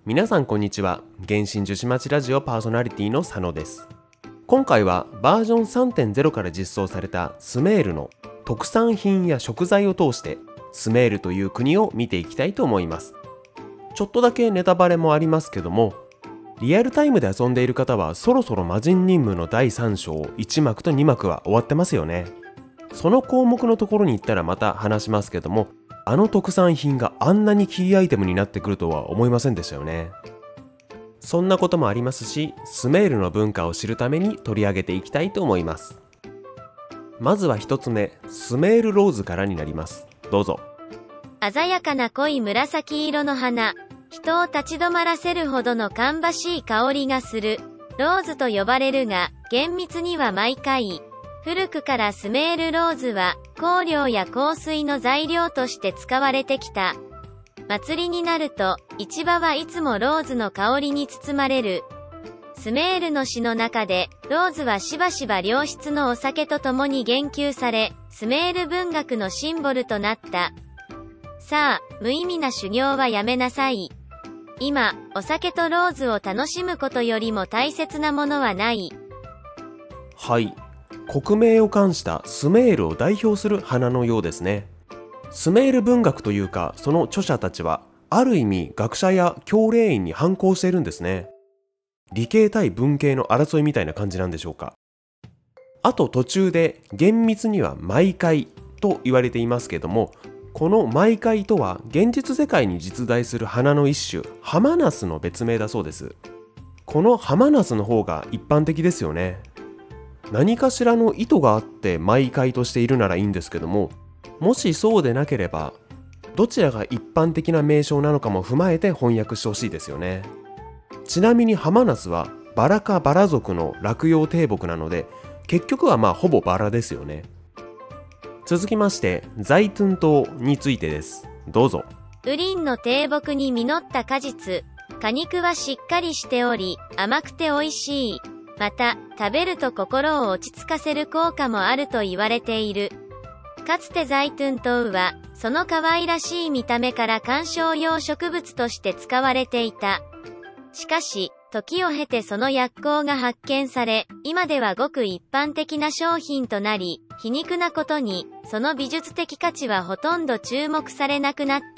皆さんこんにちは。原神樹脂町ラジオパーソナリティの佐野です。今回はバージョン 3.0 から実装されたスメールの特産品や食材を通してスメールという国を見ていきたいと思います。ちょっとだけネタバレもありますけども、リアルタイムで遊んでいる方はそろそろ魔人任務の第3章1幕と2幕は終わってますよね。その項目のところに行ったらまた話しますけども、あの特産品があんなにキーアイテムになってくるとは思いませんでしたよね。そんなこともありますし、スメールの文化を知るために取り上げていきたいと思います。まずは一つ目、スメールローズからになります。どうぞ。 鮮やかな濃い紫色の花、人を立ち止まらせるほどの芳しい香りがする、ローズと呼ばれるが、厳密にはマイカイ。古くからスメールローズは香料や香水の材料として使われてきた。祭りになると市場はいつもローズの香りに包まれる。スメールの詩の中でローズはしばしば良質のお酒と共に言及され、スメール文学のシンボルとなった。さあ、無意味な修行はやめなさい。今、お酒とローズを楽しむことよりも大切なものはない。 はい。国名を冠したスメールを代表する花のようですね。スメール文学というか、その著者たちはある意味学者や教令員に反抗しているんですね。理系対文系の争いみたいな感じなんでしょうか。あと途中で厳密にはマイカイと言われていますけども、このマイカイとは現実世界に実在する花の一種、ハマナスの別名だそうです。このハマナスの方が一般的ですよね。何かしらの意図があって毎回としているならいいんですけども、もしそうでなければどちらが一般的な名称なのかも踏まえて翻訳してほしいですよね。ちなみにハマナスはバラ科バラ属の落葉低木なので、結局はほぼバラですよね。続きましてザイトゥン島についてです。どうぞ。 ウリンの低木に実った果実、果肉はしっかりしており甘くて美味しい。また、食べると心を落ち着かせる効果もあると言われている。かつてザイトゥン島は、その可愛らしい見た目から観賞用植物として使われていた。しかし、時を経てその薬効が発見され、今ではごく一般的な商品となり、皮肉なことに、その美術的価値はほとんど注目されなくなった。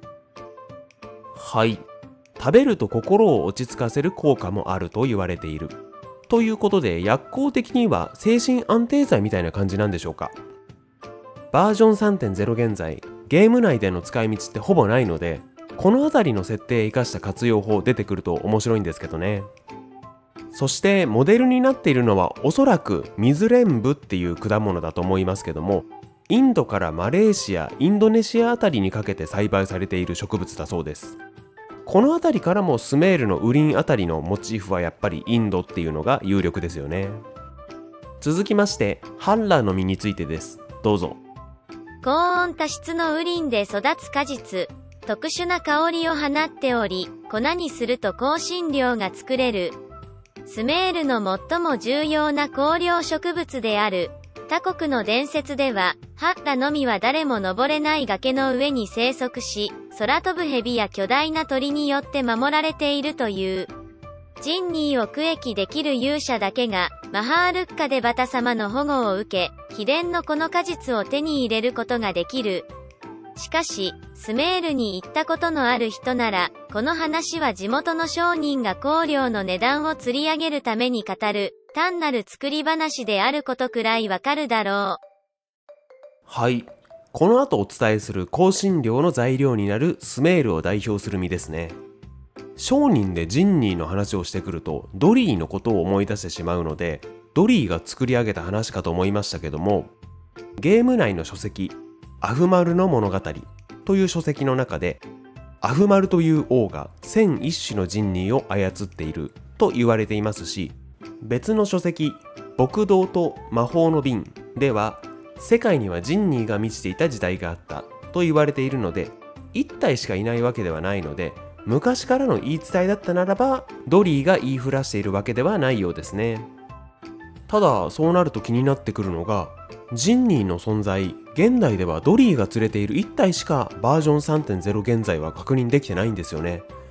はい。食べると心を落ち着かせる効果もあると言われている。ということで、薬効的には精神安定剤みたいな感じなんでしょうか。バージョン 3.0 現在、ゲーム内での使い道ってほぼないので、この辺りの設定を生かした活用法出てくると面白いんですけどね。そしてモデルになっているのはおそらく水蓮部っていう果物だと思いますけども、インドからマレーシア、インドネシアあたりにかけて栽培されている植物だそうです。この辺りからもスメールのウリンあたりのモチーフはやっぱりインドっていうのが有力ですよね。続きましてハンラの実についてです。どうぞ。 高温多湿のウリンで育つ果実、特殊な香りを放っており、粉にすると香辛料が作れる。スメールの最も重要な香料植物である。他国の伝説では、ハッラの実は誰も登れない崖の上に生息し、空飛ぶ蛇や巨大な鳥によって守られているという。ジンニーを区役できる勇者だけが、マハールッカデバタ様の保護を受け、秘伝のこの果実を手に入れることができる。しかし、スメールに行ったことのある人なら、この話は地元の商人が香料の値段を釣り上げるために語る、単なる作り話であることくらいわかるだろう。 はい。この後お伝えする香辛料の材料になるスメールを代表する実ですね。商人でジンニーの話をしてくるとドリーのことを思い出してしまうので、ドリーが作り上げた話かと思いましたけども、ゲーム内の書籍アフマルの物語という書籍の中で、アフマルという王が1001種のジンニーを操っていると言われていますし、別の書籍牧道と魔法の瓶では、世界にはジンニーが満ちていた時代があったと言われているので、1体しかいないわけではないので、昔からの言い伝えだったならばドリーが言いふらしているわけではないようですね。ただそうなると気になってくるのが、ジンニーの存在、現代ではドリーが連れている1体しかバージョン 3.0 現在は確認できてないんですよね。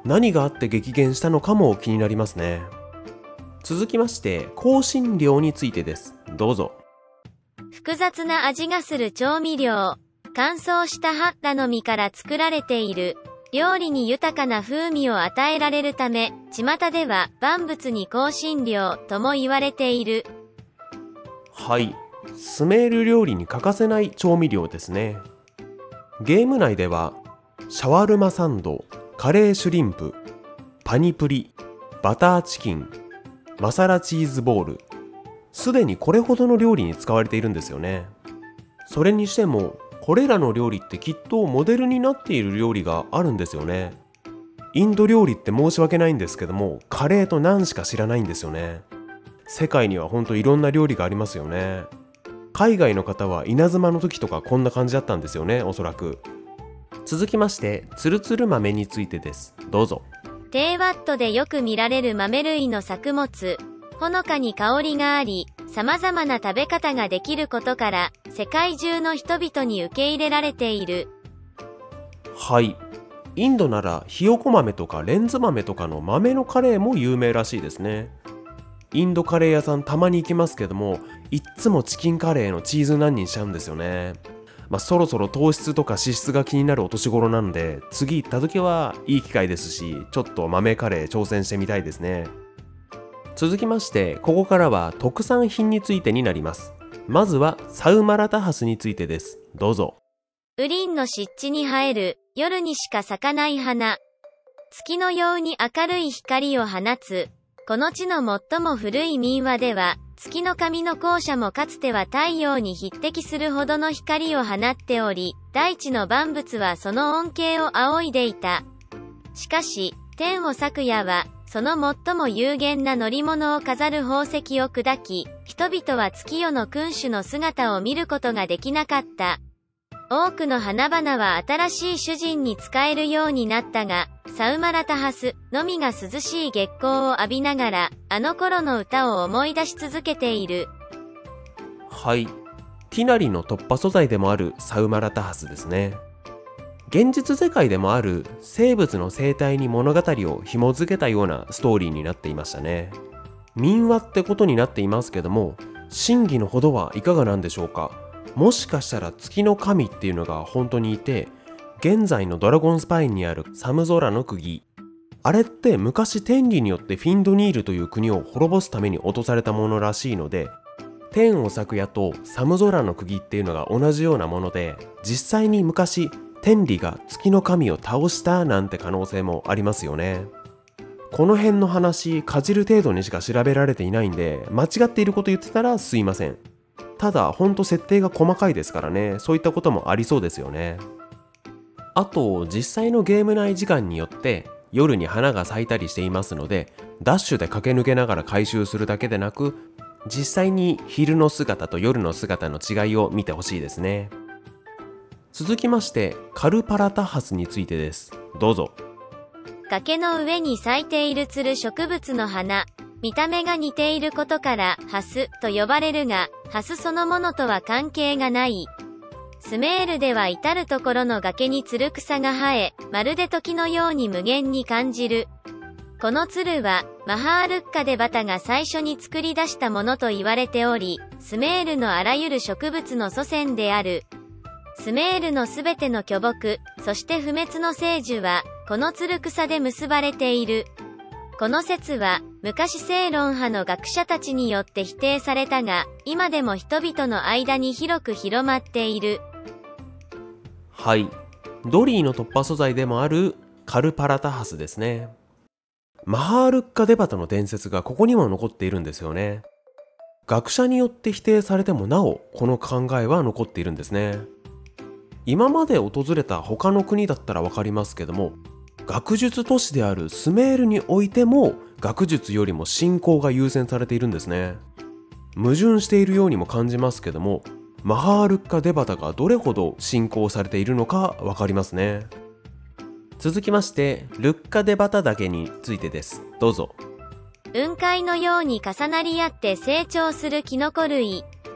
何があって激減したのかも気になりますね。続きまして香辛料についてです。どうぞ。 複雑な味がする調味料。乾燥した葉っぱの実から作られている。料理に豊かな風味を与えられるため、巷では万物に香辛料とも言われている。 はい、スメール料理に欠かせない調味料ですね。ゲーム内ではシャワルマサンド、カレーシュリンプ、パニプリ、バターチキン、マサラチーズボール、すでにこれほどの料理に使われているんですよね。それにしてもこれらの料理ってきっとモデルになっている料理があるんですよね。インド料理って申し訳ないんですけども、カレーとナンしか知らないんですよね。世界にはほんといろんな料理がありますよね。海外の方は稲妻の時とかこんな感じだったんですよね、おそらく。続きましてツルツル豆についてです。どうぞ。 低ワットでよく見られる豆類の作物。ほのかに香りがあり、様々な食べ方ができることから、世界中の人々に受け入れられている。 はい、インドならひよこ豆とかレンズ豆とかの豆のカレーも有名らしいですね。インドカレー屋さんたまに行きますけども、いっつもチキンカレーのチーズナンにしちゃうんですよね。そろそろ糖質とか脂質が気になるお年頃なんで、次行った時はいい機会ですし、ちょっと豆カレー挑戦してみたいですね。続きましてここからは特産品についてになります。まずはサウマラタハスについてです。どうぞ。 ウリンの湿地に生える、夜にしか咲かない花。月のように明るい光を放つ。この地の最も古い民話では、月の神の校舎もかつては太陽に匹敵するほどの光を放っており、大地の万物はその恩恵を仰いでいた。しかし、天を咲く矢は、その最も有限な乗り物を飾る宝石を砕き、人々は月夜の君主の姿を見ることができなかった。多くの花々は新しい主人に仕えるようになったが、サウマラタハスのみが涼しい月光を浴びながら、あの頃の歌を思い出し続けている。 はい、ティナリの突破素材でもあるサウマラタハスですね。現実世界でもある生物の生態に物語を紐付けたようなストーリーになっていましたね。民話ってことになっていますけども、真偽のほどはいかがなんでしょうか。もしかしたら月の神っていうのが本当にいて、現在のドラゴンスパインにあるサムゾラの釘、あれって昔天理によってフィンドニールという国を滅ぼすために落とされたものらしいので、天を咲く矢とサムゾラの釘っていうのが同じようなもので、実際に昔天理が月の神を倒したなんて可能性もありますよね。この辺の話かじる程度にしか調べられていないんで、間違っていること言ってたらすいません。ただほんと設定が細かいですからね、そういったこともありそうですよね。あと実際のゲーム内時間によって夜に花が咲いたりしていますので、ダッシュで駆け抜けながら回収するだけでなく、実際に昼の姿と夜の姿の違いを見てほしいですね。続きましてカルパラタハスについてです。どうぞ。 崖の上に咲いているつる植物の花。見た目が似ていることからハスと呼ばれるが、ハスそのものとは関係がない。スメールでは至るところの崖につる草が生え、まるで時のように無限に感じる。このつるは、マハールッカデバタが最初に作り出したものと言われており、スメールのあらゆる植物の祖先である。スメールのすべての巨木、そして不滅の聖樹は、このつる草で結ばれている。この説は、昔正論派の学者たちによって否定されたが、今でも人々の間に広く広まっている。 はい、ドリーの突破素材でもあるカルパラタハスですね。マハールッカデバタの伝説がここにも残っているんですよね。学者によって否定されてもなお、この考えは残っているんですね。今まで訪れた他の国だったらわかりますけども、学術都市であるスメールにおいても学術よりも信仰が優先されているんですね。矛盾しているようにも感じますけども、マハールッカデバタがどれほど信仰されているのかわかりますね。続きましてルッカデバタ岳についてです。どうぞ。 雲海のように重なり合って成長するキノコ類。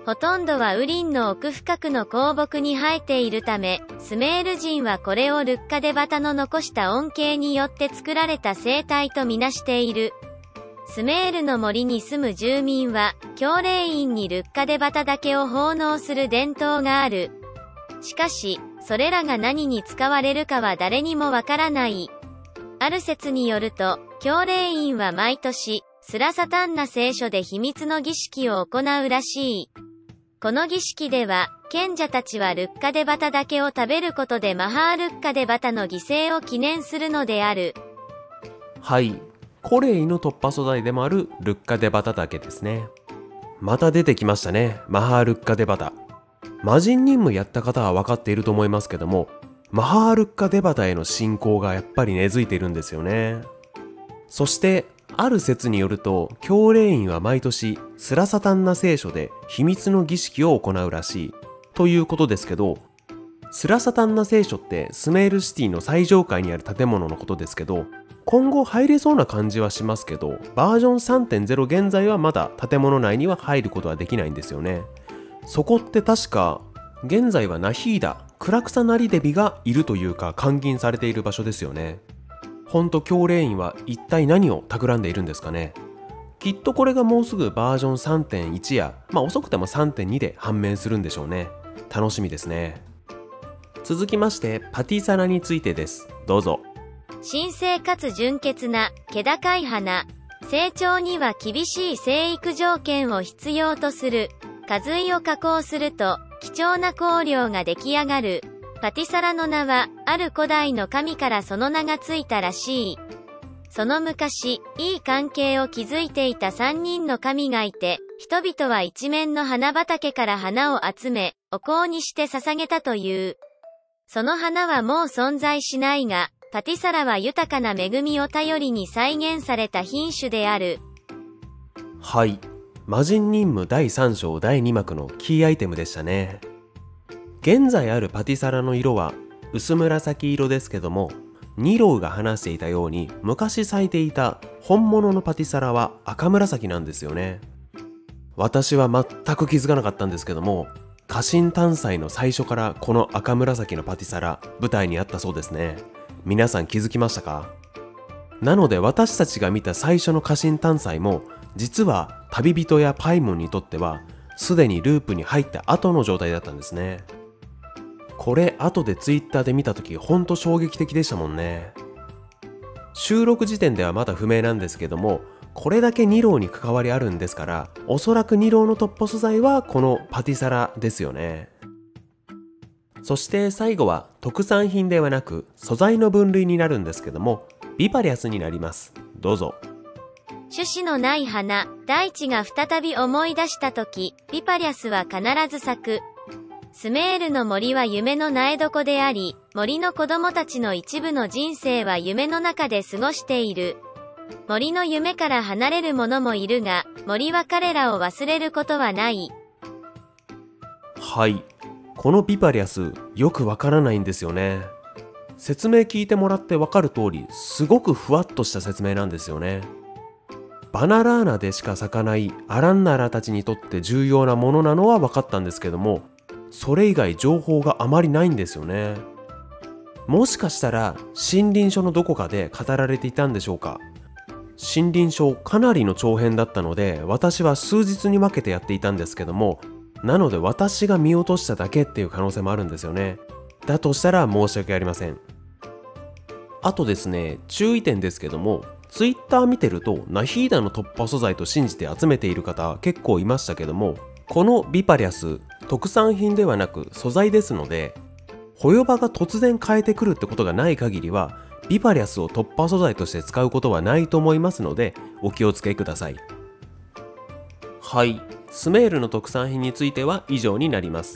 ほとんどは雨林の奥深くの高木に生えているため、スメール人はこれをルッカデバタの残した恩恵によって作られた生態とみなしている。スメールの森に住む住民は、教霊院にルッカデバタだけを奉納する伝統がある。しかし、それらが何に使われるかは誰にもわからない。ある説によると、教霊院は毎年、スラサタンナ聖書で秘密の儀式を行うらしい。この儀式では、賢者たちはルッカデバタだけを食べることでマハールッカデバタの犠牲を記念するのである。 はい。コレイの突破素材でもあるルッカデバタ岳ですね。また出てきましたね。マハールッカデバタ。魔人任務やった方は分かっていると思いますけども、マハールッカデバタへの信仰がやっぱり根付いているんですよね。そして、ある説によると、教霊院は毎年スラサタンナ聖書で秘密の儀式を行うらしいということですけど、スラサタンナ聖書ってスメールシティの最上階にある建物のことですけど、今後入れそうな感じはしますけど、バージョン 3.0 現在はまだ建物内には入ることはできないんですよね。そこって確か現在はナヒーダ、クラクサナリデビがいるというか監禁されている場所ですよね。ほんと教霊院は一体何を企んでいるんですかね。きっとこれがもうすぐバージョン 3.1 や遅くても 3.2 で判明するんでしょうね。楽しみですね。続きましてパティサラについてです。どうぞ。 神聖かつ純潔な気高い花。成長には厳しい生育条件を必要とする。果髄を加工すると貴重な香料が出来上がる。パティサラの名はある古代の神からその名がついたらしい。その昔、いい関係を築いていた3人の神がいて、人々は一面の花畑から花を集め、お香にして捧げたという。その花はもう存在しないが、パティサラは豊かな恵みを頼りに再現された品種である。 はい。魔人任務第3章第2幕のキーアイテムでしたね。現在あるパティサラの色は薄紫色ですけども、ニロウが話していたように昔咲いていた本物のパティサラは赤紫なんですよね。私は全く気づかなかったんですけども、家臣探査の最初からこの赤紫のパティサラ舞台にあったそうですね。皆さん気づきましたか？なので私たちが見た最初の家臣探査も実は旅人やパイモンにとってはすでにループに入った後の状態だったんですね。これ後でツイッターで見た時ほんと衝撃的でしたもんね。収録時点ではまだ不明なんですけども、これだけニローに関わりあるんですから、おそらくニローの突破素材はこのパティサラですよね。そして最後は特産品ではなく素材の分類になるんですけども、ビパリアスになります。どうぞ。 種子のない花、大地が再び思い出したとき、ビパリアスは必ず咲く。スメールの森は夢の苗床であり、森の子供たちの一部の人生は夢の中で過ごしている。森の夢から離れる者もいるが、森は彼らを忘れることはない。 はい。このビパリアス、よくわからないんですよね。説明聞いてもらってわかる通り、すごくふわっとした説明なんですよね。バナラーナでしか咲かないアランナラたちにとって重要なものなのは分かったんですけども、それ以外情報があまりないんですよね。もしかしたら森林書のどこかで語られていたんでしょうか。森林書かなりの長編だったので、私は数日に分けてやっていたんですけども、なので私が見落としただけっていう可能性もあるんですよね。だとしたら申し訳ありません。あとですね、注意点ですけども、ツイッター見てるとナヒーダの突破素材と信じて集めている方結構いましたけども、このビパリアス特産品ではなく素材ですので、ホヨバが突然変えてくるってことがない限りはビパリアスを突破素材として使うことはないと思いますので、お気をつけください。はい、スメールの特産品については以上になります。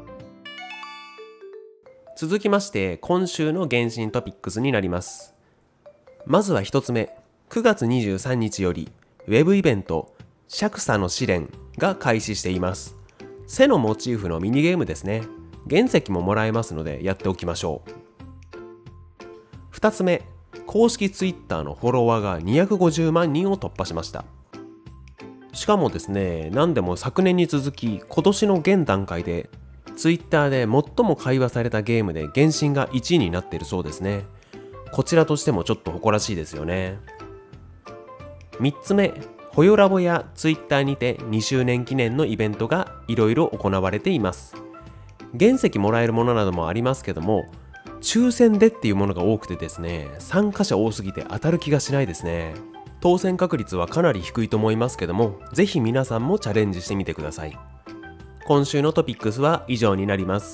続きまして今週の原神トピックスになります。まずは一つ目、9月23日よりウェブイベント釈迦の試練が開始しています。背のモチーフのミニゲームですね。原石ももらえますのでやっておきましょう。2つ目、公式ツイッターのフォロワーが250万人を突破しました。 しかもですね、何でも昨年に続き今年の現段階で Twitter で最も会話されたゲームで原神が1位になっているそうですね。こちらとしてもちょっと誇らしいですよね。3つ目、ホヨラボや Twitter にて2周年記念のイベントがいろいろ行われています。原石もらえるものなどもありますけども、抽選でっていうものが多くてですね、参加者多すぎて当たる気がしないですね。当選確率はかなり低いと思いますけども、ぜひ皆さんもチャレンジしてみてください。今週のトピックスは以上になります。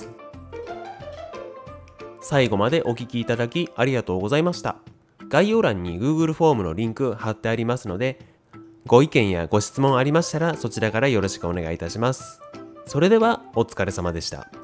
最後までお聞きいただきありがとうございました。概要欄に Google フォームのリンク貼ってありますので、ご意見やご質問ありましたらそちらからよろしくお願いいたします。それではお疲れ様でした。